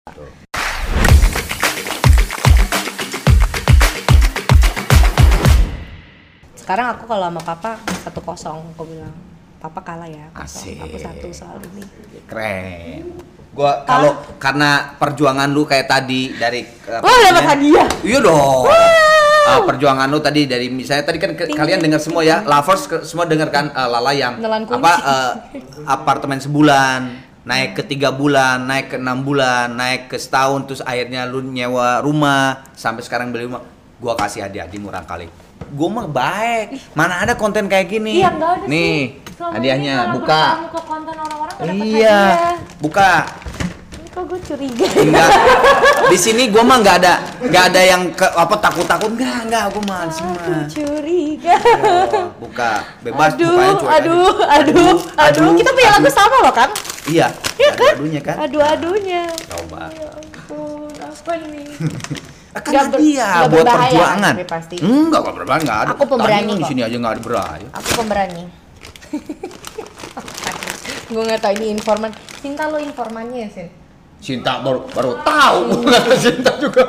Sekarang aku kalau sama papa 1-0, aku bilang papa kalah ya. Asik. Aku 1 soal ini. Keren. Gua kalau karena perjuangan lu kayak tadi dari dapat hadiah. Iya dong. Perjuangan lu tadi dari misalnya tadi kan kalian dengar semua ya, lovers semua dengar kan Lala yang apartemen sebulan, naik ke 3 bulan, naik ke 6 bulan, naik ke setahun, terus akhirnya lu nyewa rumah sampai sekarang beli rumah. Gua kasih hadiah di murah kali. Gue mah baik. Mana ada konten kayak gini? Iya, enggak ada nih, sih. Selama hadiahnya buka. Ke konten orang-orang dapat iya, hadiah. buka. Ini kok gue curiga. Enggak. Di sini gue mah nggak ada yang takut-takut. Enggak, gue mah di sini mah. Curiga. Buka, bebas bukanya cuek aduh. Kita punya lagu sama loh, Kang. Iya. Iya kan? Adunya kan? Adu-adunya. Coba. Ya ampun, apa nih? Kan dia buat perjuangan. Pasti. Enggak berbahaya, enggak ada. Aku pemberani di sini aja enggak ada berbahaya. Aku pemberani. Gue nggak tahu ini informan. Cinta lo informannya ya, Sin? Cinta baru tahu. Enggak Cinta juga.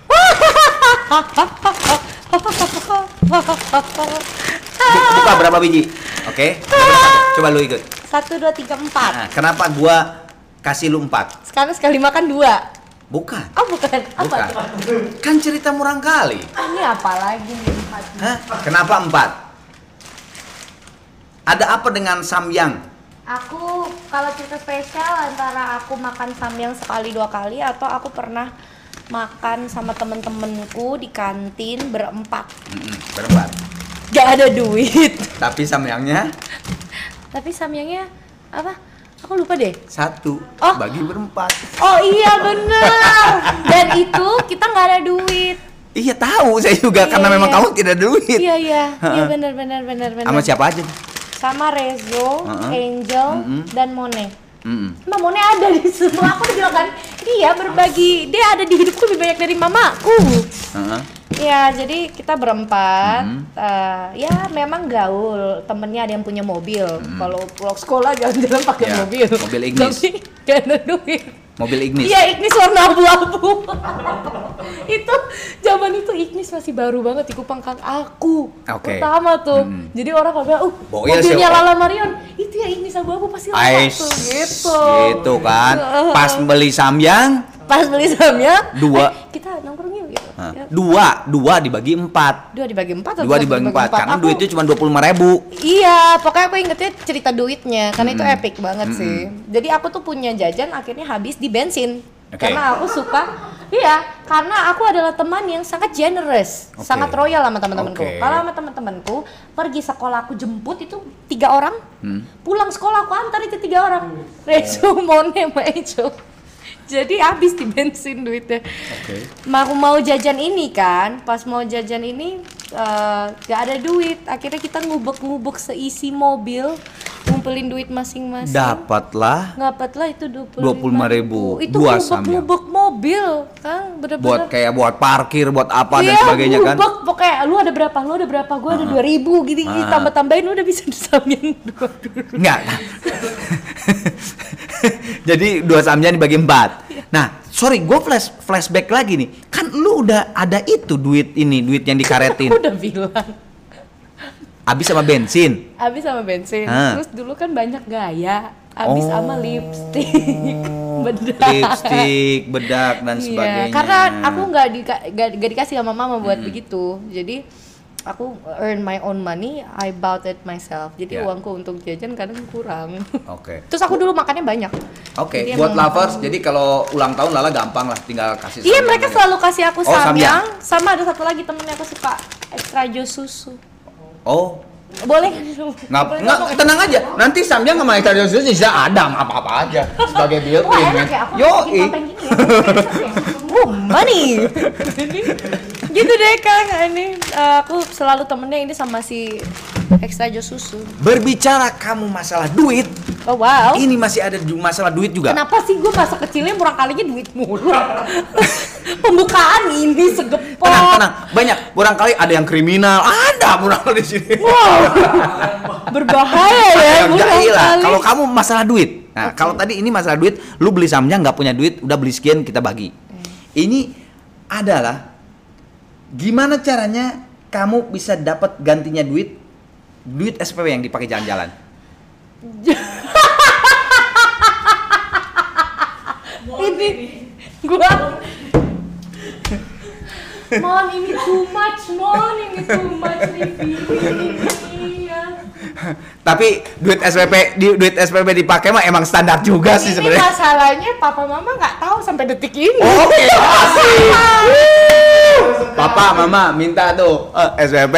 Buka berapa biji? Oke. Coba lu ikut. 1, 2, 3, 4. Nah, kenapa gua kasih lu 4? Sekarang sekali makan 2. Bukan. Oh bukan. Apa? Kan cerita murang kali. Ini apa lagi nih? Hah? Kenapa 4? Ada apa dengan samyang? Aku kalau cerita spesial antara aku makan samyang sekali 2 kali atau aku pernah makan sama temen-temenku di kantin berempat. Berempat. Gak ada duit. Tapi samyangnya? Tapi samyangnya apa? Aku lupa deh. 1 bagi berempat. Oh iya bener. Dan itu kita nggak ada duit. Iya tahu saya juga karena memang kamu tidak ada duit. Iya benar. Sama siapa aja? Sama Rezo, Angel, dan Mone. Mbak Mone ada di semua. Aku udah bilang kan, dia berbagi. Dia ada di hidupku lebih banyak dari mamaku. Ya jadi kita berempat. Ya memang gaul. Temennya ada yang punya mobil. Kalau pulang sekolah jalan-jalan pakai mobil. Mobil Ignis. Tapi gak ada duit. Mobil Ignis. Iya, Ignis warna abu-abu. Itu zaman itu Ignis masih baru banget di Kupang Kang. Aku pertama tuh. Jadi orang kalau bilang, mobilnya Lala Marion, itu ya Ignis abu-abu pasti Lala tuh gitu. Gitu kan. Pas beli samyang, 2. Kita nongkrong yuk gitu. Dua dibagi 4. 2 dibagi 4. 2 dibagi 4 karena duitnya cuma 25.000. Iya, pokoknya aku ingetnya cerita duitnya karena itu epic banget sih. Jadi aku tuh punya jajan akhirnya habis di bensin. Karena aku suka, karena aku adalah teman yang sangat generous, sangat royal sama teman-temanku. Kalau sama teman-temanku pergi sekolah aku jemput itu 3 orang, pulang sekolah aku antar itu 3 orang. Rezo, Mone, sama Ejo. Jadi habis di bensin duitnya. Mau jajan ini kan, pas mau jajan ini gak ada duit. Akhirnya kita ngubek-ngubek seisi mobil, ngumpulin duit masing-masing. Dapatlah itu 25.000. Itu ngubek-ngubek mobil, Kang, bener-bener. Buat parkir, buat apa dan sebagainya kan. Iya, pokoknya lu ada berapa, gua ada 2.000 gini, tambah-tambahin udah bisa disamyin 2. Enggak. Jadi 2 samyang dibagi 4. Nah, sorry, gue flashback lagi nih. Kan lu udah ada itu duit yang dikaretin. Aku udah bilang. Habis sama bensin. Terus dulu kan banyak gaya. Habis sama lipstick, bedak dan sebagainya. Karena aku nggak dikasih sama mama buat begitu. Jadi aku earn my own money, I bought it myself. Jadi uangku untuk jajan kadang kurang. Terus aku dulu makannya banyak. Buat lovers, jadi kalau ulang tahun Lala gampang lah, tinggal kasih. Iya, mereka selalu kasih aku samyang. Sama ada satu lagi temennya aku suka extra jus susu. Boleh? Nggak, tenang aja. Nanti samyang sama extra jus susu bisa ada apa-apa aja sebagai built-in. Enak ya, aku bikin topeng gini ya. Money. Gitu deh Kang, ini aku selalu temennya ini sama si extra jus susu. Berbicara kamu masalah duit, oh wow, ini masih ada masalah duit juga. Kenapa sih gue masa kecilnya murah kalinya duit mulu? Pembukaan ini segepok. Tenang, banyak. Barangkali ada yang kriminal, ada murah di sini. Wow, berbahaya ya. Gila. Kalau kamu masalah duit, Nah, kalau tadi ini masalah duit, lu beli sahamnya nggak punya duit, udah beli sekian kita bagi. Ini adalah gimana caranya kamu bisa dapat gantinya duit SPP yang dipakai jalan-jalan. Ini gua Mon, ini too much iya. Tapi duit SPP dipakai mah emang standar juga sih sebenarnya. Ini masalahnya papa mama nggak tahu sampai detik ini. Oke, Papa mama minta tuh SPP.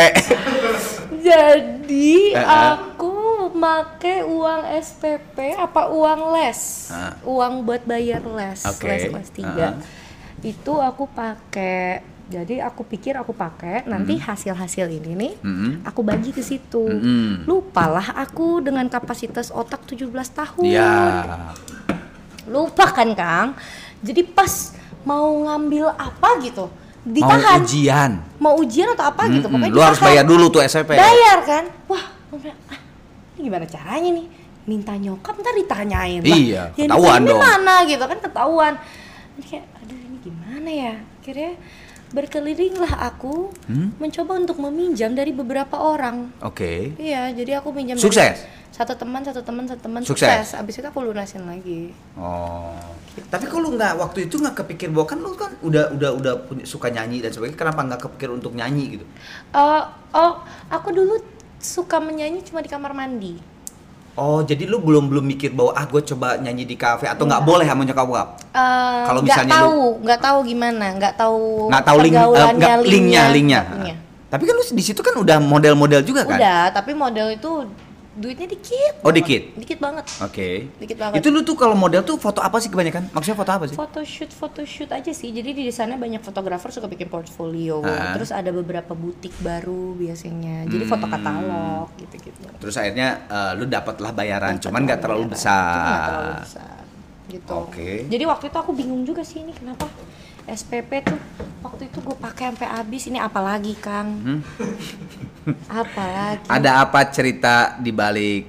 Jadi aku make uang SPP apa uang les, uang buat bayar les, les kelas 3. Itu aku pakai. Jadi aku pikir aku pakai nanti hasil-hasil ini nih aku bagi ke situ. Lupalah aku dengan kapasitas otak 17 tahun. Ya. Lupa kan Kang. Jadi pas mau ngambil apa gitu ditahan. Mau ujian atau apa gitu pokoknya lu harus bayar dulu tuh SPP. Bayar kan. Wah, ini gimana caranya nih? Minta nyokap ntar ditanyain lah. Iya, ya, ketahuan dong. Mana gitu kan ketahuan. Ini kayak aduh ini gimana ya? Akhirnya berkelilinglah aku mencoba untuk meminjam dari beberapa orang. Oke. Iya, jadi aku minjam sukses. Satu teman sukses. Abis itu aku lunasin lagi. Oh. Gitu. Tapi kalau waktu itu nggak kepikir bahwa kan lu kan udah suka nyanyi dan sebagainya, kenapa nggak kepikir untuk nyanyi gitu? Aku dulu suka menyanyi cuma di kamar mandi. Oh, jadi lu belum mikir bahwa gue coba nyanyi di kafe atau nggak boleh sama nyokap? Kalau misalnya nggak tahu gimana, nggak tahu linknya. Tapi kan lu di situ kan udah model-model juga kan? Udah, tapi model itu duitnya dikit. Oh, dikit banget. Oke. Dikit banget. Itu lu tuh kalau model tuh foto apa sih kebanyakan? Maksudnya foto apa sih? Photoshoot aja sih. Jadi di sana banyak fotografer suka bikin portfolio. Terus ada beberapa butik baru biasanya. Jadi foto katalog gitu-gitu. Terus akhirnya lu dapatlah bayaran, cuman nggak terlalu besar. Gitu. Oke. Jadi waktu itu aku bingung juga sih ini kenapa SPP tuh waktu itu gue pakai sampai habis. Ini apalagi Kang? Apalagi? Ada apa cerita di balik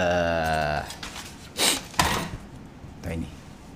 ini?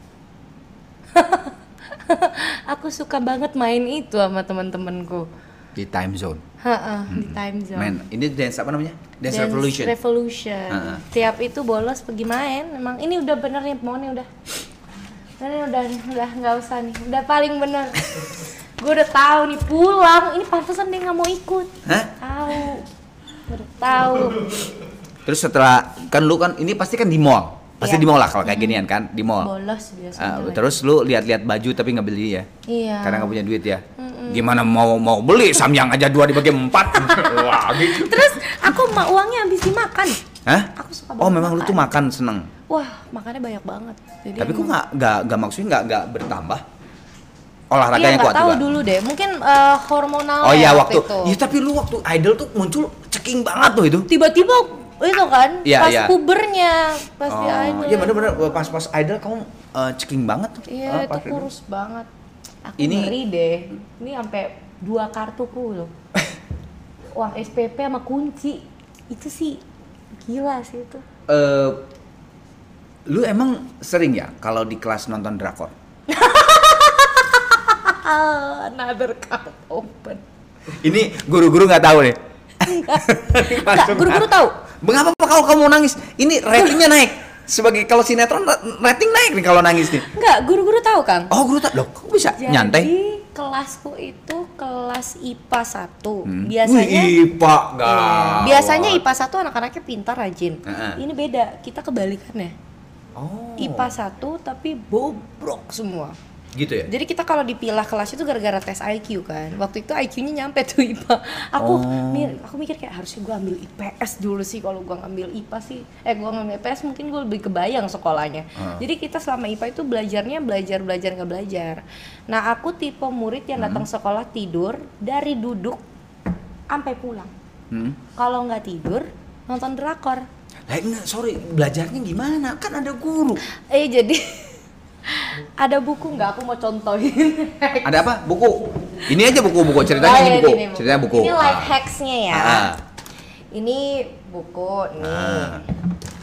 Aku suka banget main itu sama teman-temanku. Di time zone. Di time zone. Main, ini dance apa namanya? Dance Revolution. Tiap itu bolos pergi main. Memang ini udah bener nih, mau nih udah. Ini udah nggak usah nih. Udah paling bener. Gue udah tahu nih pulang. Ini pantesan dia nggak mau ikut. Hah? Tahu. Udah tahu. Terus setelah kan lu kan ini pasti kan di mall. Pasti di mall lah kalau kayak ginian kan, di mall. Bolos biasanya. Terus lu lihat-lihat baju tapi nggak beli ya? Iya. Karena nggak punya duit ya. Gimana mau beli samyang aja 2 dibagi 4? Wah, gitu. Terus aku uangnya habis dimakan. Hah? Aku suka banget. Oh, memang lu tuh makan seneng. Wah, makannya banyak banget. Jadi tapi kok nggak maksudnya nggak bertambah? Olahraganya kuat juga. Iya, tahu dulu deh. Mungkin hormonal. Oh iya waktu itu. Iya, tapi lu waktu idol tuh muncul ceking banget tuh itu. Tiba-tiba itu kan pas pubernya pas di idol. Iya bener-bener pas idol kamu ceking banget tuh. Iya, itu kurus banget. Aku ngeri deh. Ini sampai 2 kartuku loh. Uang SPP sama kunci. Itu sih gila sih itu. Lu emang sering ya kalau di kelas nonton drakor? Another card open. Ini guru-guru nggak tahu nih. Enggak, guru-guru tahu. Mengapa kalau kamu nangis? Ini ratingnya naik. Sebagai kalau sinetron rating naik nih kalau nangis nih. Enggak, guru-guru tahu, Kang. Oh, guru tahu. Loh, kok bisa nyantai? Jadi kelasku itu kelas IPA 1. Biasanya IPA enggak. Biasanya IPA 1 anak-anaknya pintar, rajin. Ini beda, kita kebalikannya. Oh. IPA 1 tapi bobrok semua. Gitu ya? Jadi kita kalau dipilah kelas itu gara-gara tes IQ kan. Waktu itu IQ-nya nyampe tuh IPA. Aku mikir kayak harusnya gue ambil IPS dulu sih. Kalau gue ngambil IPA sih, gue ngambil IPS mungkin gue lebih kebayang sekolahnya. Jadi kita selama IPA itu belajar nggak belajar. Nah aku tipe murid yang datang sekolah tidur dari duduk sampai pulang. Kalau nggak tidur nonton drakor. Sorry, belajarnya gimana? Kan ada guru. Jadi ada buku nggak? Aku mau contohin. Ada apa? Buku. Ini aja buku ceritanya ini buku. Ceritanya buku. Ini life hacks-nya ya. Ini buku nih.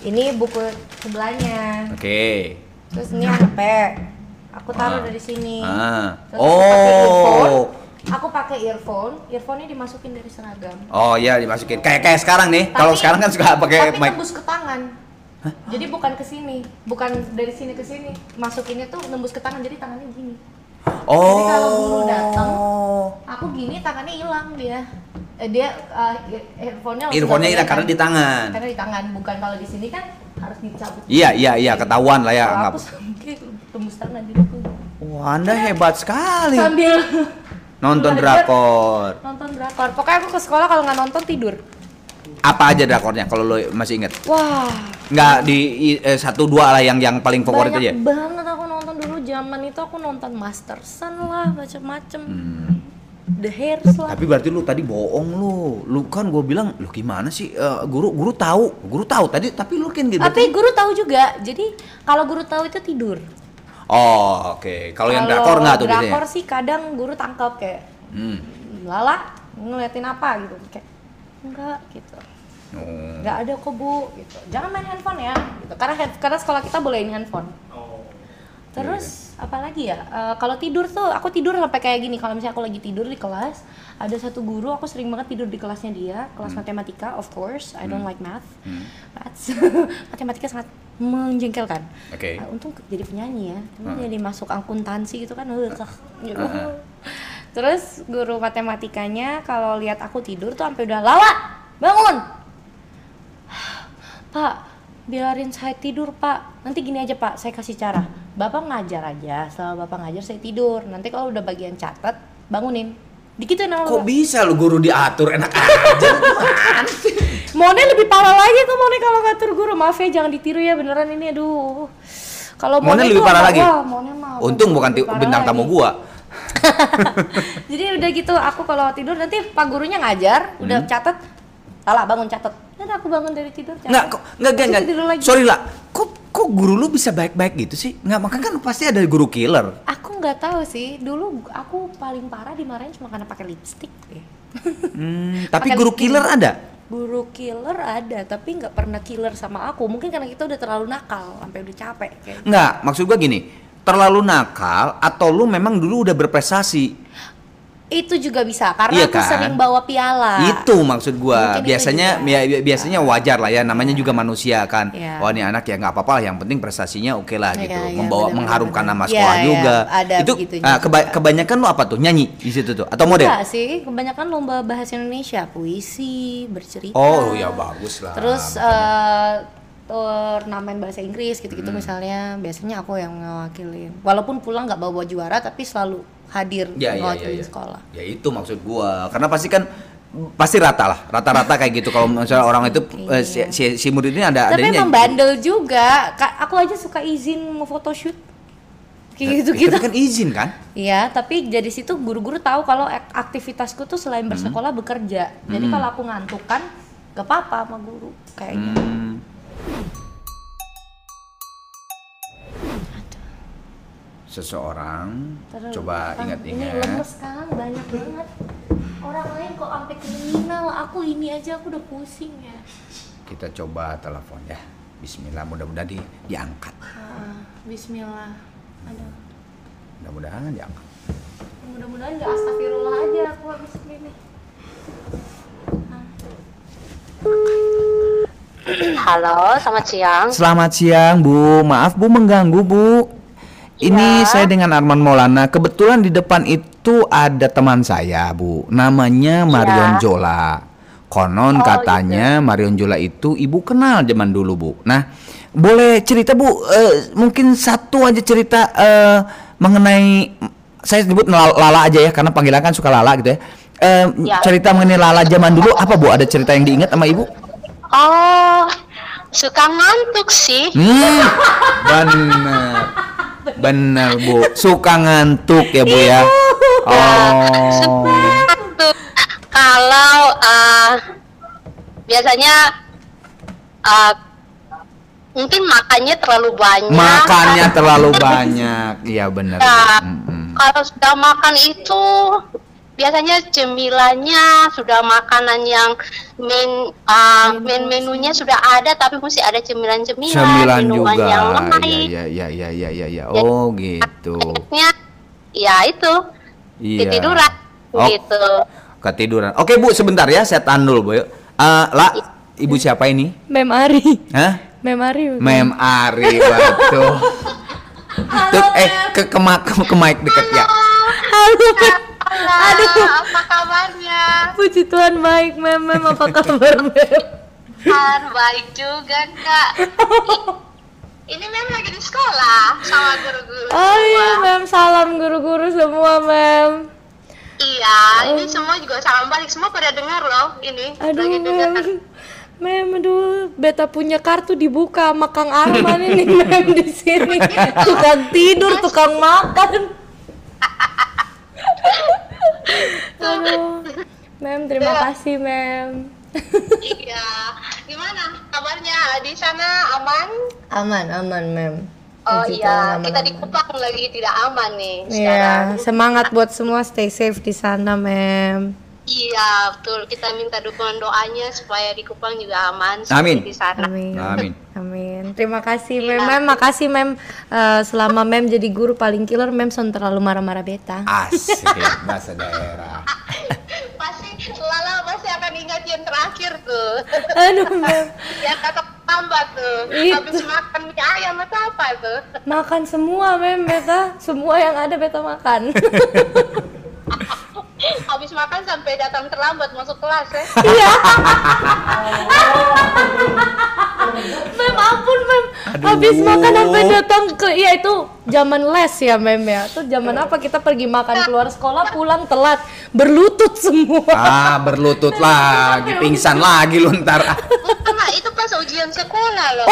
Ini buku sebelahnya. Oke. Terus ini HP. Aku taruh dari sini. Terus aku pakai earphone. Earphone-nya dimasukin dari seragam. Oh iya, dimasukin. Kayak sekarang nih. Kalau sekarang kan suka pakai mic. Tapi tembus ke tangan. Hah? Jadi bukan ke sini, bukan dari sini ke sini. Masukinnya tuh nembus ke tangan, jadi tangannya gini. Jadi kalau guru datang, aku gini tangannya hilang dia. Earphone-nya hilang karena di tangan. Karena di tangan, bukan kalau di sini kan harus dicabut. Iya, ketahuan lah ya. Kalau aku sampai tembus tangan gitu. Wah, Anda hebat sekali. Sambil nonton drakor. Pokoknya aku ke sekolah kalau nggak nonton tidur. Apa aja drakornya kalau lo masih inget? Wah. Nggak di 1-2 lah yang paling favorit aja. Banyak banget aku nonton dulu zaman itu aku nonton Master Sun lah macem-macem. The Hairs lah. Tapi berarti lu tadi bohong lu. Lu kan gue bilang, lu gimana sih? Guru tahu tadi, tapi lu kan gitu. Tapi guru tahu juga. Jadi kalau guru tahu itu tidur. Oh, oke. Kalau yang drakor nggak tuh biasanya? Drakor sih kadang guru tangkap kayak Lala ngeliatin apa gitu kayak enggak gitu. Enggak ada kok Bu gitu. Jangan main handphone ya gitu. Karena sekolah kita bolehin handphone. Terus apalagi ya? Kalau tidur tuh aku tidur sampai kayak gini. Kalau misalnya aku lagi tidur di kelas, ada satu guru aku sering banget tidur di kelasnya dia, kelas matematika, of course. I don't like math. Matematika sangat menjengkelkan. Untung jadi penyanyi ya. Jadi masuk akuntansi gitu kan. Terus guru matematikanya kalau lihat aku tidur tuh sampai udah, Lala, bangun. Pak, biarin saya tidur Pak. Nanti gini aja Pak, saya kasih cara. Bapak ngajar aja, selama Bapak ngajar saya tidur. Nanti kalau udah bagian catat, bangunin. Dikituin sama Kok Bapak. Bisa lu guru diatur enak aja? Mone lebih parah lagi tuh Mone kalau ngatur guru. Maaf ya, jangan ditiru ya beneran ini, aduh. Kalau Mone lebih parah lagi. Mone mah. Untung bukan bintang tamu gua. Jadi udah gitu, aku kalau tidur nanti Pak gurunya ngajar, udah catat. Lala bangun catat. Dan aku bangun dari tidur catat. Enggak. Sorry lah. Kok guru lu bisa baik-baik gitu sih? Nggak, makanya kan pasti ada guru killer. Aku nggak tahu sih. Dulu aku paling parah dimarahin cuma karena pakai lipstick deh. Tapi guru killer ada? Guru killer ada, tapi nggak pernah killer sama aku. Mungkin karena kita udah terlalu nakal, sampai udah capek. Nggak, maksud gua gini. Terlalu nakal atau lu memang dulu udah berprestasi? Itu juga bisa karena aku sering bawa piala. Itu maksud gua. Biasanya wajar lah ya, namanya juga manusia kan. Wah, ini anak ya nggak apa-apa lah, yang penting prestasinya oke lah gitu. Mengharumkan nama sekolah juga. Itu kebanyakan lu apa tuh? Nyanyi di situ tuh atau model? Enggak sih, kebanyakan lomba bahasa Indonesia, puisi, bercerita. Oh ya bagus lah. Terus turnamen bahasa Inggris gitu-gitu misalnya, biasanya aku yang ngewakilin. Walaupun pulang nggak bawa juara, tapi selalu hadir ngewakilin sekolah. Ya itu maksud gua, karena pasti rata-rata kayak gitu. Kalau misalnya orang itu si murid ini ada tapi emang bandel juga. Aku aja suka izin mau photoshoot kayak gitu-gitu. Tapi kan izin kan? Iya, tapi dari situ guru-guru tahu kalau aktivitasku tuh selain bersekolah bekerja. Jadi kalau aku ngantuk kan gak apa-apa sama guru kayaknya. Seseorang coba ingat-ingat. Ini lemes kan, banyak banget. Orang lain kok sampai kriminal, aku ini aja aku udah pusing ya. Kita coba telepon ya. Bismillah, mudah-mudahan diangkat. Bismillah. Aduh. Mudah-mudahan diangkat. Mudah-mudahan nggak astagfirullah aja aku habis ini. Halo, selamat siang. Selamat siang, Bu. Maaf, Bu, mengganggu, Bu. Ini saya dengan Arman Maulana. Kebetulan di depan itu ada teman saya, Bu. Namanya Marion Jola. Konon katanya gitu. Marion Jola itu Ibu kenal zaman dulu, Bu. Nah, boleh cerita, Bu? Mungkin satu aja cerita mengenai, saya sebut Lala aja ya, karena panggilan kan suka Lala gitu ya. Cerita mengenai Lala zaman dulu apa, Bu? Ada cerita yang diingat sama Ibu? Oh, suka ngantuk sih. Bener, Bu, suka ngantuk ya, Bu ya. Suka ngantuk. Kalau biasanya mungkin makannya terlalu banyak. Iya bener. Kalau sudah makan itu biasanya cemilannya sudah makanan yang main menunya sudah ada, tapi mesti ada Cemilan minuman juga. yang lain. Iya. Oh gitu. Ya itu. Iya. Ketiduran gitu. Ketiduran. Oke Bu, sebentar ya, saya tahan dulu Bu. Ibu siapa ini? Mem Ari. Hah? Mem Ari. Mem Ari, waduh. Tuh, ke mic deket ya. Halo. Aduh, apa kabarnya? Puji Tuhan baik, Mem. Apa kabar, Mem? Baik juga, Kak. Ini Mem lagi di sekolah sama guru-guru Oh semua. iya, Mem. Salam guru-guru semua, Mem. Iya, ini semua juga salam balik. Semua pada dengar loh ini. Aduh, lagi dengar. Mem, aduh, beta punya kartu dibuka sama Kang Arman ini, Mem, di sini. Tukang tidur, tukang makan. Aduh, Mem, terima kasih, Mem. Iya. Gimana kabarnya di sana, aman? Aman, Mem. Oh Puji iya, Tuhan, kita di aman. Kupang lagi tidak aman nih Iya, sekarang. semangat buat semua, stay safe di sana, Mem. Iya, betul. Kita minta dukungan doanya supaya di Kupang juga aman seperti Amin. di sana. Amin. Terima kasih, Mem. Makasih, Mem. Selama Mem jadi guru paling killer, Mem son terlalu marah-marah beta. Asik, bahasa daerah. Lala pasti akan ingat yang terakhir tuh. Aduh, Mem. Yang kata tambah tuh. Itu. Habis makan mie ayam atau apa tuh? Makan semua, Mem, beta. Semua yang ada beta makan. Habis makan sampai datang terlambat masuk kelas ya. Iya. Mem, ampun, Mem. Habis makan sampai datang ke, ya itu zaman les ya, Mem ya. Itu zaman apa kita pergi makan keluar sekolah, pulang telat, berlutut semua. Berlutut lagi, pingsan lagi lu ntar. Bukan, Mak, itu pas ujian sekolah loh.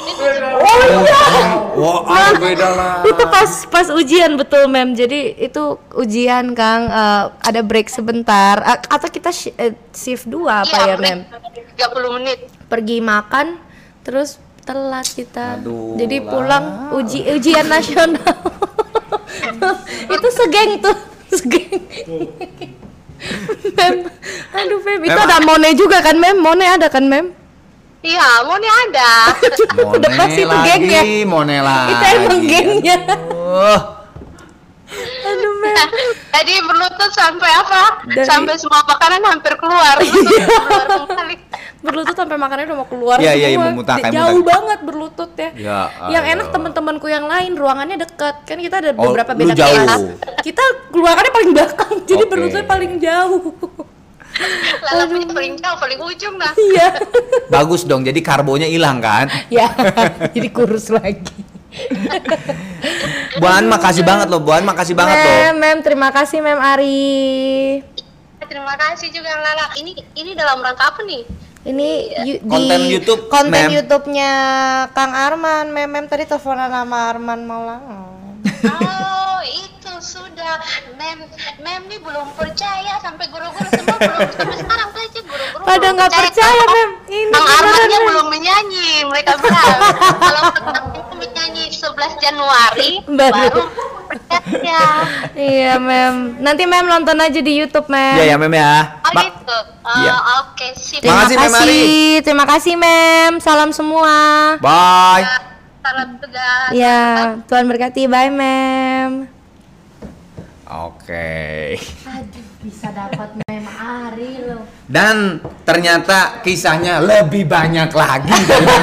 Beda lah. Itu pas ujian, betul, Mem. Jadi itu ujian, Kang, ada break sebentar, atau kita shift 2 apa ya, Mem? 30 menit. Pergi makan terus telat kita. Aduh, jadi pulang ujian nasional. Itu segeng tuh, segeng. Mem, aduh, Mem, itu ada Mone juga kan, Mem? Mone ada kan, Mem? Iya, Mone ada. Udah pasti itu gengnya. Mone lagi. Itu emang gengnya. Aduh, Mem. Jadi berlutut sampai apa? Dari- Sampai semua makanan hampir keluar. Keluar kembali. Berlutut sampai makanannya udah mau keluar Iya, semua. iya, memuntahkan, Jauh memuntahkan. banget berlutut ya. Ya, Yang aduh. enak teman-temanku yang lain ruangannya dekat. Kan kita ada Oh, beberapa lu beda jauh. kelas. Kita keluarkannya paling belakang. Jadi Oke. berlututnya paling jauh. Lala punya paling jauh, paling ujung lah. Iya. Bagus dong, jadi karbonya hilang kan? Ya, jadi kurus lagi. Buan, makasih banget loh, Buan, makasih banget loh. Mem, terima kasih, Mem Ari. Terima kasih juga Lala. Ini dalam rangka apa nih? Ini Konten YouTube, konten Mem. YouTube-nya Kang Arman. Mem tadi teleponan sama Arman Maulana. Oh, itu sudah. Mem nih belum percaya, sampai guru-guru semua belum, sampai sekarang aja guru-guru Pada belum nggak percaya, Mem. Ini Kang beneran, Armannya Mem. belum menyanyi. Mereka bilang kalau Kang itu menyanyi 11 Januari Baru. baru percaya. Iya, Mem. Nanti Mem nonton aja di YouTube, Mem. Iya ya, Mem ya. Oh gitu. Iya. Oke, sip. Terima Makasih, Mem Ari. kasih. Terima kasih, Mem. Salam semua. Bye. Salam tugas. Ya, Tuhan berkati. Bye, Mem. Oke. Aduh, bisa dapat Mem Ari loh. Dan ternyata kisahnya lebih banyak lagi.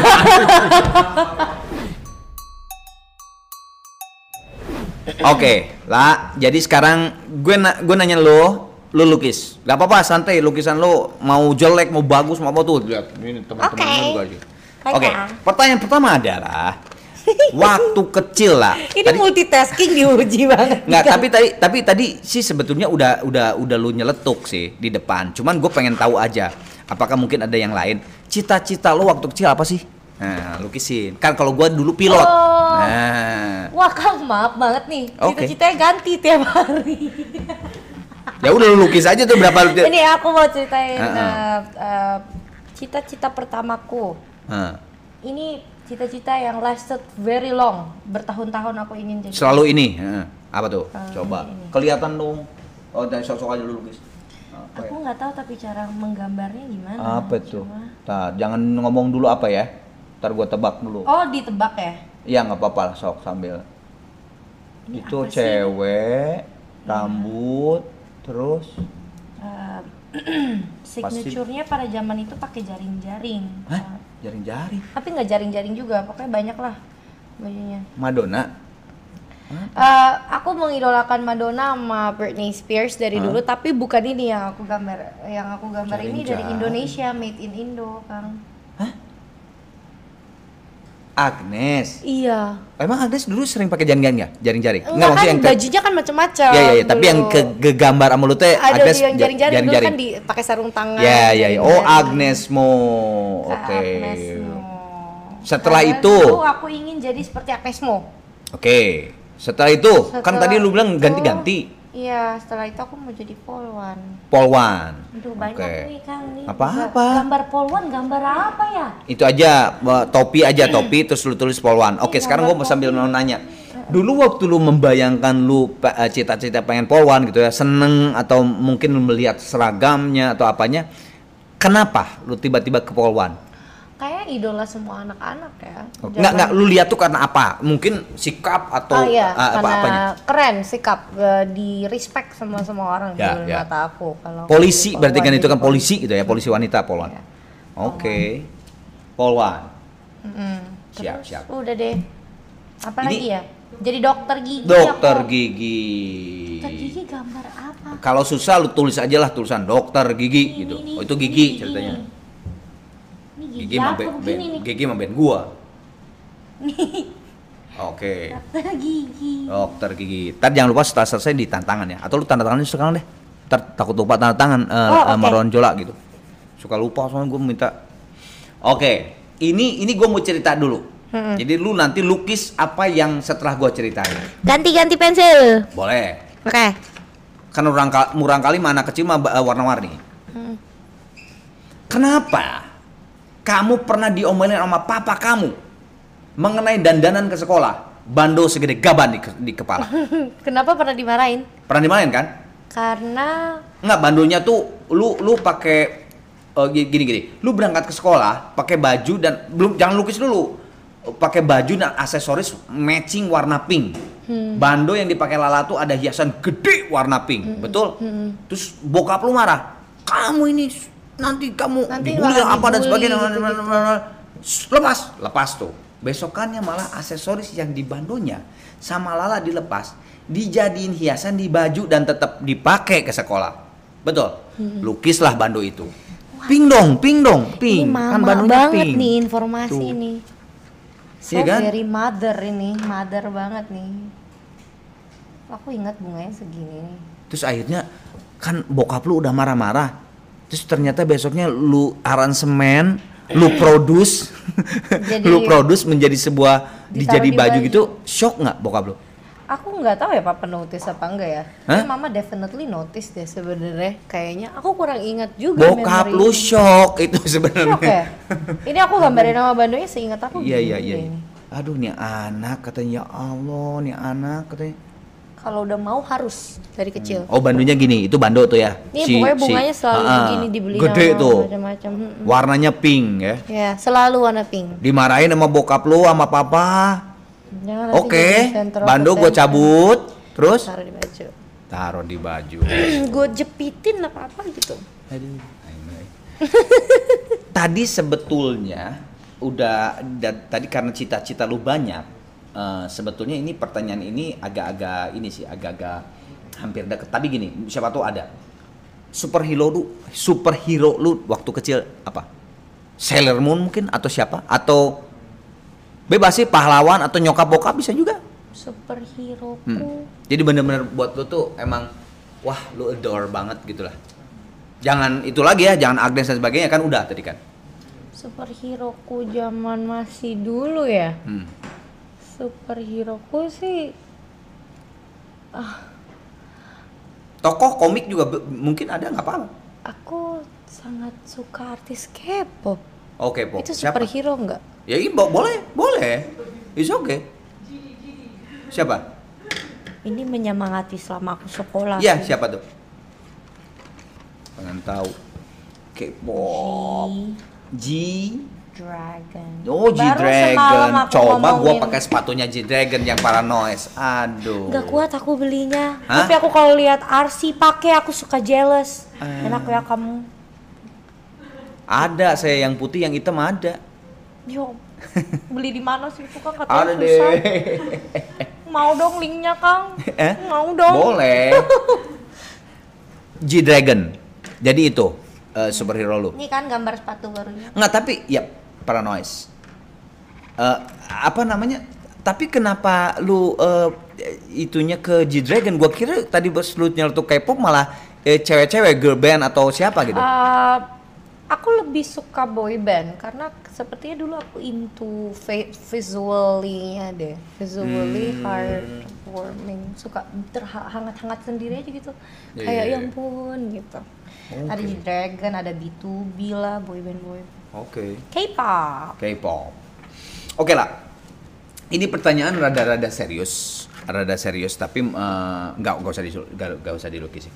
Oke, lah. Jadi sekarang gue nanya lo lukis. Gak apa-apa, santai. Lukisan lo mau jelek, mau bagus, mau apa tuh. Lihat, ini teman-teman Oke. juga aja. Baiklah. Oke, pertanyaan pertama adalah waktu kecil lah. Ini multitasking diuji banget. Nggak, tapi tadi sih sebetulnya udah lu nyeletuk sih di depan. Cuman gue pengen tahu aja, apakah mungkin ada yang lain? Cita-cita lu waktu kecil apa sih? Nah, lukisin. Kan kalau gue dulu pilot. Oh. Nah, Wah, Kang, maaf banget nih. Oke. Cita-citanya ganti tiap hari. ya udah lu lukis aja tuh berapa. Ini aku mau ceritain Heeh. cita-cita pertamaku. Nah, Ini cita-cita yang lasted very long. Bertahun-tahun aku ingin jadi. selalu ini. Apa tuh? Ah, Coba. ini. Kelihatan dong. Oh, dari sosok aja lu lukis. Aku nggak tahu tapi cara menggambarnya gimana. Apa tuh? Nah, jangan ngomong dulu apa ya. Ntar gua tebak dulu. Oh, ditebak ya? Iya, nggak apa-apa, sok sambil. Ini Itu apa sih? cewek, rambut, terus signaturenya pada zaman itu pakai jaring-jaring. hah? Jaring-jaring. Tapi nggak jaring-jaring juga, pokoknya banyak lah bajunya. Madonna. Aku mengidolakan Madonna sama Britney Spears dari dulu, tapi bukan ini yang aku gambar. Yang aku gambar ini dari Indonesia, made in Indo, Kang. Hah? Agnes. Iya. Emang Agnes dulu sering pakai jaring-jaring ya? Jaring-jaring? Enggak kan, yang bajunya kan macam-macam. Iya, tapi yang ke gambar sama lu teh ada Agnes yang jaring-jaring dulu kan dipakai sarung tangan. Iya. Oh, Agnes Mo. Oke. Agnes Mo. Setelah Karena itu dulu aku ingin jadi seperti Agnes Mo. Oke. Setelah itu kan tadi lu bilang ganti-ganti. Iya, setelah itu aku mau jadi polwan. Polwan. Aduh, banyak nih Kang nih. Apa-apa? Gambar polwan, gambar apa ya? Itu aja topi terus lu tulis polwan. Oke, sekarang gua mau sambil mau nanya. Dulu waktu lu membayangkan lu cita-cita pengen polwan gitu ya, seneng atau mungkin lu melihat seragamnya atau apanya, kenapa lu tiba-tiba ke polwan? Kayak idola semua anak-anak ya. Enggak, lu lihat tuh karena apa? Mungkin sikap atau karena keren sikap, di respect sama semua orang di mata aku. Kalau polisi berarti kan itu kan polisi gitu ya, polisi wanita polwan. Ya. Oke. Polwan. Siap. Udah deh. Apa lagi ya? Jadi dokter gigi. Dokter gigi. Dokter gigi gambar apa? Kalau susah lu tulis aja lah tulisan dokter gigi gitu. Oh, itu gigi ceritanya. Gigi mah band gua. Oke. Dokter gigi. Ntar jangan lupa setelah selesai di tantangan ya. Atau lu tanda tangannya sekarang deh. Ntar takut lupa tanda tangan Marwan Jola gitu. Suka lupa soalnya gua minta. Oke. Ini gua mau cerita dulu. Jadi lu nanti lukis apa yang setelah gua ceritain. Ganti-ganti pensil. Boleh. Oke. Kan murang kali mana kecil mah warna-warni. Kenapa kamu pernah diomelin sama papa kamu mengenai dandanan ke sekolah? Bando segede gaban di kepala. Kenapa pernah dimarahin? Pernah dimarahin kan? Karena enggak, bandonya tuh lu pakai gini. Lu berangkat ke sekolah pakai baju dan jangan lukis dulu. Pakai baju dan aksesoris matching warna pink. Bando yang dipakai Lala tuh ada hiasan gede warna pink, betul? Terus bokap lu marah. Kamu ini nanti dibully apa dan sebagainya. Lepas tuh. Besokannya malah aksesoris yang di bandonya sama Lala dilepas, dijadiin hiasan di baju dan tetap dipakai ke sekolah. Betul? Lukislah bando itu. Pink dong. Ini mama kan bandonya banget pink. Nih informasi tuh. Ini. So iya kan? Very mother banget nih. Aku ingat bunganya segini nih. Terus akhirnya kan bokap lu udah marah-marah. Terus ternyata besoknya lu aransemen, lu produce menjadi sebuah dijadi baju gitu. Shock nggak bokap lu? Aku nggak tahu ya papa notice apa enggak ya. Tapi mama definitely notice deh sebenarnya. Kayaknya aku kurang ingat juga. Bokap lu shock itu sebenarnya. Shock ya? Ini aku gambarin nama bandonya seingat aku. Iya. Aduh, nih anak katanya, ya Allah, nih anak katanya. Kalau udah mau harus dari kecil. Oh, bandonya gini, itu bando tuh ya. Ini pokoknya bunganya selalu begini dibeli gede tuh. Macam-macam. Warnanya pink ya. Ya, selalu warna pink. Dimarahin sama bokap lu sama papa. Oke. Bando gue cabut, terus taruh di baju. Gue jepitin apa gitu. Aduh. Tadi sebetulnya tadi karena cita-cita lu banyak. Sebetulnya ini pertanyaan ini agak-agak hampir deket. Tapi gini, siapa tahu ada superhero lu waktu kecil apa? Sailor Moon mungkin atau siapa? Atau bebas sih, pahlawan atau nyokap bokap bisa juga. Superhero Jadi bener-bener buat lu tuh emang wah lu adore banget gitulah. Jangan itu lagi ya, jangan Agnes dan sebagainya kan udah tadi kan. Superhero-ku zaman masih dulu ya. Superhero-ku sih tokoh komik juga mungkin ada, nggak apa-apa. Aku sangat suka artis K-pop. Oke, Pop. Itu superhero nggak? Ya boleh. It's okay. Siapa? Ini menyemangati selama aku sekolah. Iya, siapa tuh? pengen tahu. K-pop. Dragon. Oh, G-Dragon. Coba gua pakai sepatunya G-Dragon yang Paranoise. Aduh. Gak kuat aku belinya. Hah? Tapi aku kalau lihat Arsi pakai aku suka jealous. Enak ya kamu. Ada saya yang putih, yang hitam ada. Yo. Beli di mana sih itu kan katanya ada susah. Deh. Mau dong linknya Kang. Mau dong. Boleh. G-Dragon. Jadi itu superhero lu. Ini kan gambar sepatu barunya. Enggak, tapi ya Paranoise. Apa namanya? Tapi kenapa lu itunya ke G-Dragon? Gua kira tadi bos lu nyeletuk K-pop malah cewek-cewek girl band atau siapa gitu. Aku lebih suka boy band karena sepertinya dulu aku into visually-nya deh. Visually heartwarming, suka terhangat-hangat sendiri aja gitu. Kayak ya ampun gitu. Okay. Ada G-Dragon, ada B2B lah, boy band. Oke. K-pop. Oke lah. Ini pertanyaan rada serius tapi nggak usah dilukis sih.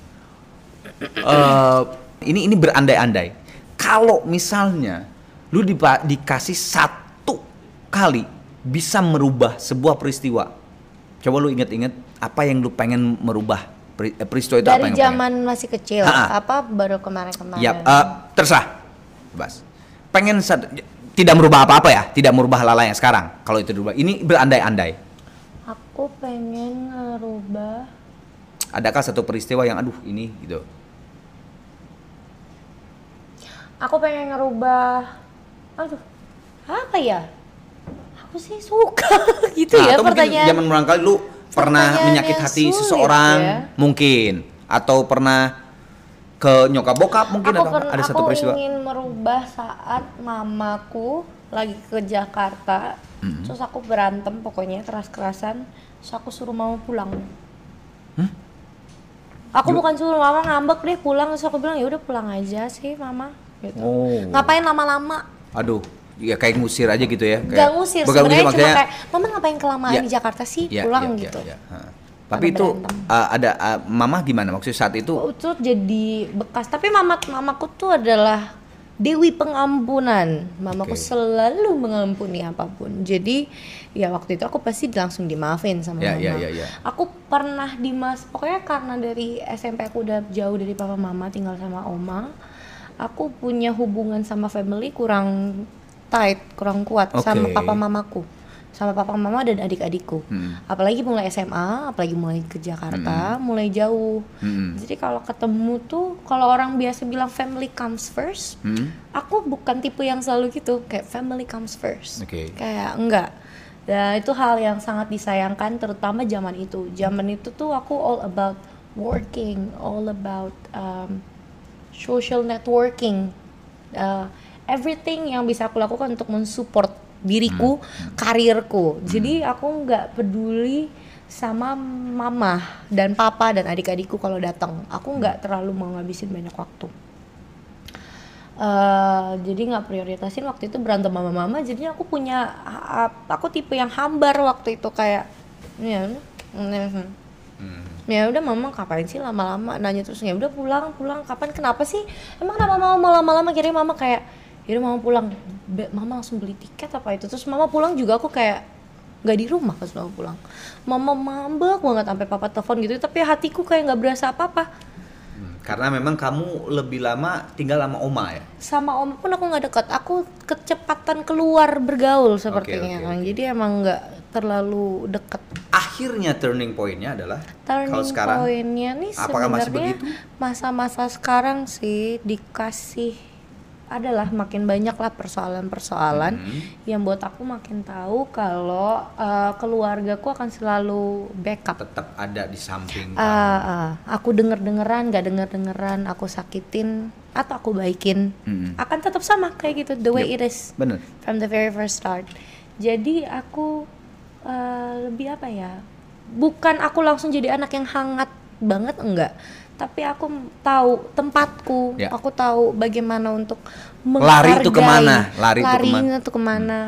Ini berandai-andai. Kalau misalnya lu dikasih satu kali bisa merubah sebuah peristiwa, coba lu inget-inget apa yang lu pengen merubah peristiwa itu. Dari apa yang zaman masih kecil, apa baru kemarin-kemarin? Ya, terserah, bebas. Pengen tidak merubah apa-apa ya, tidak merubah Lala yang sekarang. Kalau itu dirubah, ini berandai-andai. Aku pengen ngerubah. Adakah satu peristiwa yang aduh ini gitu? Aku pengen ngerubah, apa ya? Aku sih suka gitu ya pertanyaan. Zaman barangkali lu pernah menyakit hati seseorang ya? Mungkin, atau pernah ke nyokap bokap mungkin, atau ada satu peristiwa. Aku ingin merubah saat mamaku lagi ke Jakarta, terus aku berantem pokoknya keras-kerasan, terus aku suruh mama pulang. Aku bukan suruh mama ngambek deh pulang, terus aku bilang ya udah pulang aja sih mama. Gitu. Ngapain lama-lama? Aduh, ya kayak ngusir aja gitu ya? Gak ngusir, sebenarnya cuma kayak mama ngapain kelamaan di Jakarta sih, pulang gitu. Tapi itu ada mama gimana maksudnya saat itu? Itu jadi bekas. Tapi mamaku tuh adalah Dewi Pengampunan. Mamaku selalu mengampuni apapun. Jadi ya waktu itu aku pasti langsung dimaafin sama mama. Aku pernah pokoknya karena dari SMP aku udah jauh dari papa mama, tinggal sama oma. Aku punya hubungan sama family kurang tight, kurang kuat sama papa mamaku, sama papa mama dan adik-adikku. Apalagi mulai SMA, apalagi mulai ke Jakarta, mulai jauh. Jadi kalau ketemu tuh, kalau orang biasa bilang family comes first, aku bukan tipe yang selalu gitu, kayak family comes first. Kayak enggak. Dan itu hal yang sangat disayangkan, terutama zaman itu. Zaman itu tuh aku all about working, all about social networking, everything yang bisa aku lakukan untuk mensupport diriku, karirku. Jadi aku nggak peduli sama mama dan papa dan adik-adikku kalau datang. Aku nggak terlalu mau ngabisin banyak waktu. Jadi nggak prioritasin waktu itu berantem sama mama. Jadi aku tipe yang hambar waktu itu kayak ya udah mama ngapain sih lama-lama nanya terus, ya udah pulang kapan, kenapa sih emang kenapa mama mau lama-lama, kira mama kayak ya udah mama pulang, mama langsung beli tiket apa itu, terus mama pulang juga aku kayak nggak di rumah pas mama pulang, mama mambek banget sampai papa telepon gitu, tapi hatiku kayak nggak berasa apa-apa. Karena memang kamu lebih lama tinggal sama oma ya? Sama oma pun aku nggak dekat, aku kecepatan keluar bergaul sepertinya kan, jadi emang nggak terlalu dekat. Akhirnya turning point-nya adalah kalau sekarang pointnya nih sebenarnya masa-masa sekarang sih dikasih adalah makin banyak lah persoalan-persoalan yang buat aku makin tahu kalau keluargaku akan selalu backup, tetap ada di samping aku denger-dengeran, gak denger-dengeran, aku sakitin atau aku baikin, akan tetap sama kayak gitu, the way it is. Bener. From the very first start. Jadi aku lebih apa ya, bukan aku langsung jadi anak yang hangat banget, enggak, tapi aku tahu tempatku, aku tahu bagaimana untuk menghargai, larinya itu kemana,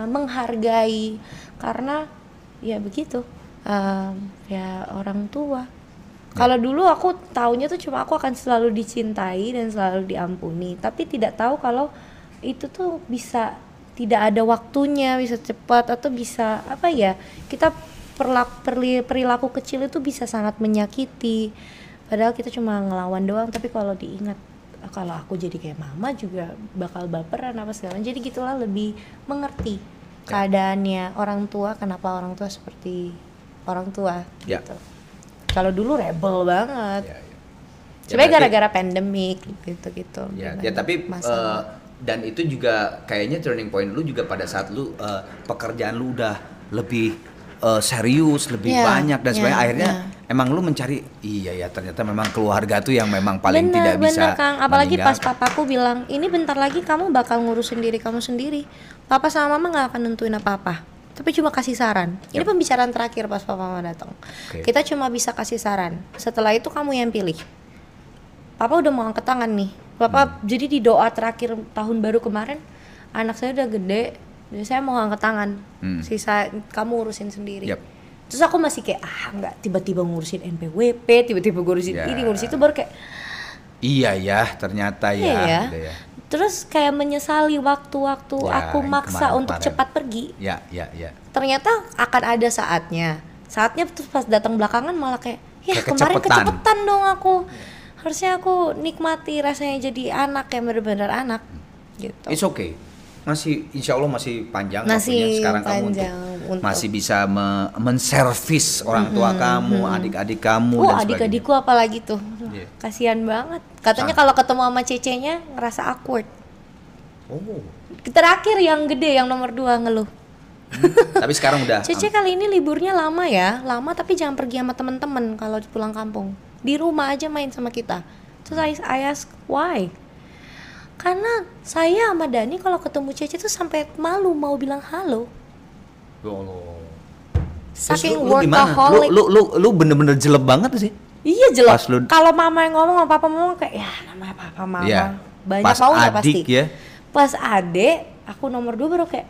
menghargai, karena ya begitu, ya orang tua Kalau dulu aku taunya tuh cuma aku akan selalu dicintai dan selalu diampuni, tapi tidak tahu kalau itu tuh bisa tidak ada waktunya, bisa cepat atau bisa apa ya, kita perilaku kecil itu bisa sangat menyakiti. Padahal kita cuma ngelawan doang, tapi kalau diingat kalau aku jadi kayak mama juga bakal baperan apa segala. Jadi gitulah, lebih mengerti keadaannya orang tua, kenapa orang tua seperti orang tua gitu. Kalau dulu rebel banget. Sebenarnya gara-gara pandemik gitu. Ya tapi dan itu juga kayaknya turning point lu juga pada saat lu pekerjaan lu udah lebih serius, lebih banyak dan sebagainya. Akhirnya emang lu mencari ternyata memang keluarga tuh yang memang paling tidak bisa. Bener Kang, apalagi pas papaku bilang, ini bentar lagi kamu bakal ngurusin diri kamu sendiri. Papa sama mama nggak akan nentuin apa-apa, tapi cuma kasih saran. Ini pembicaraan terakhir pas papa mama datang. Kita cuma bisa kasih saran. Setelah itu kamu yang pilih. Papa udah mau angkat tangan nih. Papa jadi di doa terakhir tahun baru kemarin, anak saya udah gede, jadi saya mau angkat tangan. Sisa kamu urusin sendiri. Terus aku masih kayak enggak, tiba-tiba ngurusin NPWP, tiba-tiba ngurusin ini, ngurusin itu, baru kayak ternyata ya. Terus kayak menyesali waktu-waktu aku maksa untuk cepat pergi. Ternyata akan ada saatnya terus pas datang belakangan malah kayak kemarin kecepetan dong aku. Harusnya aku nikmati rasanya jadi anak yang benar-benar anak gitu. It's okay. Masih insya Allah masih panjang waktunya sekarang kamu untuk masih bisa menservis orang tua kamu, adik-adik kamu dan sebagainya. Adik-adikku apalagi tuh. Kasihan banget. Katanya kalau ketemu sama cecenya ngerasa awkward. Terakhir yang gede, yang nomor 2 ngeluh. Tapi sekarang udah. Cece kali ini liburnya lama ya, tapi jangan pergi sama teman-teman kalau pulang kampung. Di rumah aja main sama kita. Terus I ask why? Karena saya sama Dani kalau ketemu Cece tuh sampai malu mau bilang halo. Ya Allah. Saking workaholic. Lu bener-bener jelek banget sih. Iya jelek. Kalau mama yang ngomong sama papa ngomong kayak namanya papa mama. Banyak pas mau nggak pasti. Ya. Pas adek, aku nomor 2 baru kayak,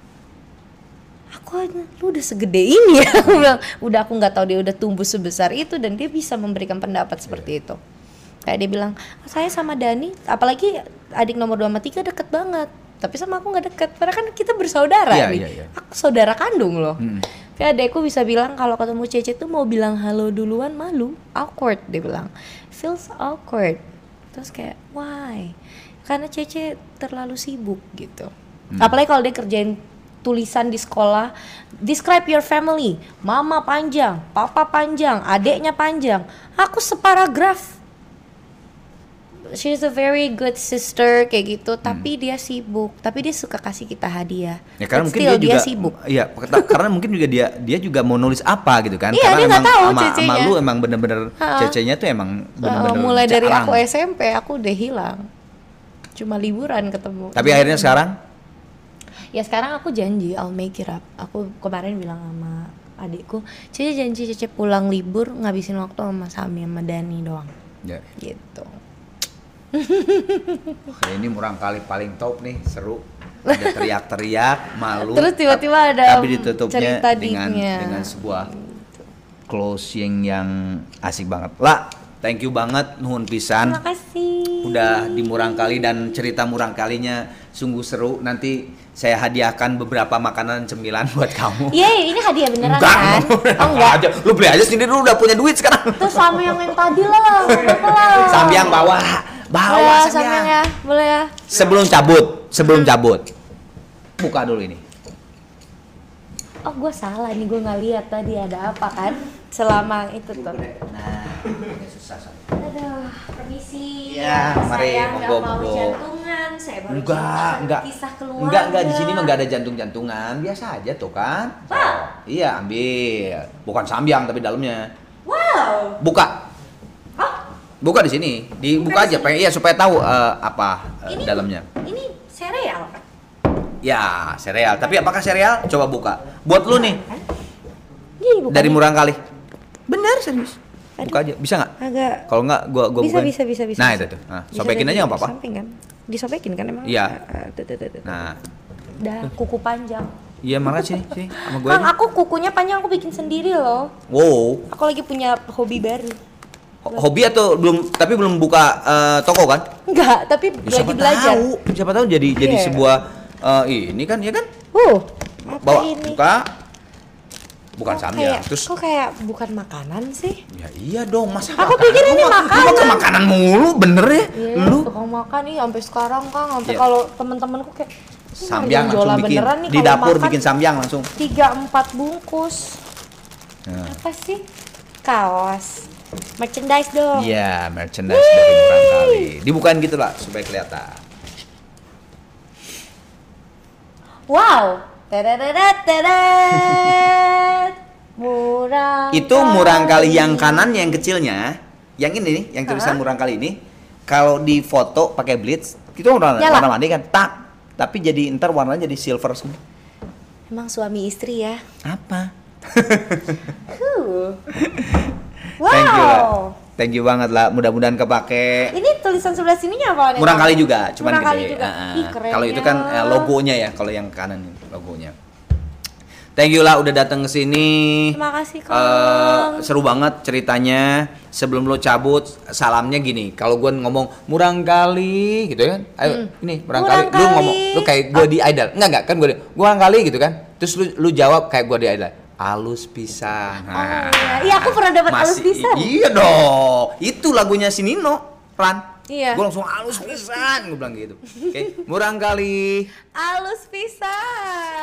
lu udah segede ini ya. Udah aku nggak tahu dia udah tumbuh sebesar itu dan dia bisa memberikan pendapat seperti itu. Kayak dia bilang, saya sama Dani, apalagi adik nomor 2 sama 3 deket banget. Tapi sama aku gak deket, karena kan kita bersaudara nih. Aku saudara kandung loh. Kayak adekku bisa bilang kalau ketemu Cece tuh mau bilang halo duluan malu, awkward dia bilang. Feels awkward. Terus kayak, why? Karena Cece terlalu sibuk gitu. Apalagi kalau dia kerjain tulisan di sekolah, describe your family. Mama panjang, papa panjang, adeknya panjang. Aku separagraf. She's a very good sister kayak gitu, tapi dia sibuk. Tapi dia suka kasih kita hadiah. Ya karena mungkin dia juga sibuk. Iya, karena mungkin juga dia juga mau nulis apa gitu kan. Iya, karena dia emang tahu sama lu emang bener-bener Cecenya tuh emang bener-bener mulai dari jarang. aku SMP aku udah hilang. Cuma liburan ketemu. Tapi akhirnya sekarang? Ya sekarang aku janji I'll make it up. Aku kemarin bilang sama adikku, Cece janji Cece pulang libur ngabisin waktu sama Sami sama Dani doang. Gitu. Ini murang kali paling top nih, seru. Ada teriak-teriak, malu. Terus tiba-tiba ada tapi ditutupnya cerita dengan sebuah closing yang asik banget. Lah, thank you banget nuhun pisan. Terima kasih. Udah di murang kali dan cerita murang kalinya sungguh seru. Nanti saya hadiahkan beberapa makanan cemilan buat kamu. Iya, ini hadiah beneran kan? Enggak aja. Lu beli aja sendiri, lu udah punya duit sekarang. Terus sama yang tadi lah. Sambiang bawa sambiang ya, boleh ya. Sebelum cabut. Buka dulu ini. Oh, gue salah nih, gue nggak lihat tadi ada apa kan? Selama itu tuh. Nah, ini susah. Aduh, permisi. Ya, mari saya nggak mau monggo. jantungan, saya baru Enggak. kisah keluarga. Enggak, di sini mah enggak ada jantung-jantungan, biasa aja tuh kan. Pak. Iya, ambil. Bukan sambiang tapi dalamnya. Wow. Buka. Buka di sini. Dibuka aja, pengen supaya tahu apa dalamnya. Ini sereal. Ya, sereal. Tapi apakah sereal? Coba buka. Buat lu nih. Dari Nih, murang kali. Bener serius. Buka aja. Bisa nggak? Agak. Kalau nggak, gua bisa, bukain. bisa. Nah, itu tuh. Nah, sobekin aja nggak apa-apa. Samping kan? Disobekin kan emang? Iya. Tuh. Nah. Dah kuku panjang. Iya, malah sini sama gue. Kang, aku kukunya panjang, aku bikin sendiri loh. Wow. Aku lagi punya hobi baru. Hobi atau belum? Tapi belum buka toko kan? Enggak, tapi lagi belajar. Siapa tahu jadi sebuah ini kan ya kan? Apa ini? Buka. Bukan samyang. Terus kok kayak bukan makanan sih? Ya iya dong, masa aku pikir ini makanan. Lu makanan mulu, bener ya? Iya, lu tukang makan nih sampai sekarang Kang, sampai kalau teman-temanku kayak samyang langsung bikin nih, di dapur bikin samyang langsung 3-4 bungkus. Apa sih? Kaos. Merchandise dong. Iya, merchandise dari Murangkali. Dibukain gitu lah supaya kelihatan. Wow. Murangkali. Itu Murangkali yang kanan yang kecilnya, yang ini nih, yang tulisan Murangkali ini, kalau di foto pakai bleach, itu warna mandi kan, tapi jadi ntar warnanya jadi silver semua. Emang suami istri ya? Apa? Wow. Thank you banget lah, mudah-mudahan kepake. Ini tulisan sebelah sininya apa nih? Murangkali juga, cuman gede. Kalau itu kan logonya ya, kalau yang kanan logonya. Thank you lah udah datang ke sini. Terima kasih Kang. Seru banget ceritanya. Sebelum lo cabut, salamnya gini. Kalau gue ngomong Murangkali gitu kan. Ayo ini Murangkali. Lu ngomong, lu kayak gue di Idol. Enggak kan gue Murangkali gitu kan. Terus lu jawab kayak gue di Idol. Alus pisang. Iya, aku pernah dapat alus pisang. Iya dong. Itu lagunya si Nino, Ran. Iya. Gue langsung alus pisang, gue bilang gitu. Oke, Murangkali. Alus pisang.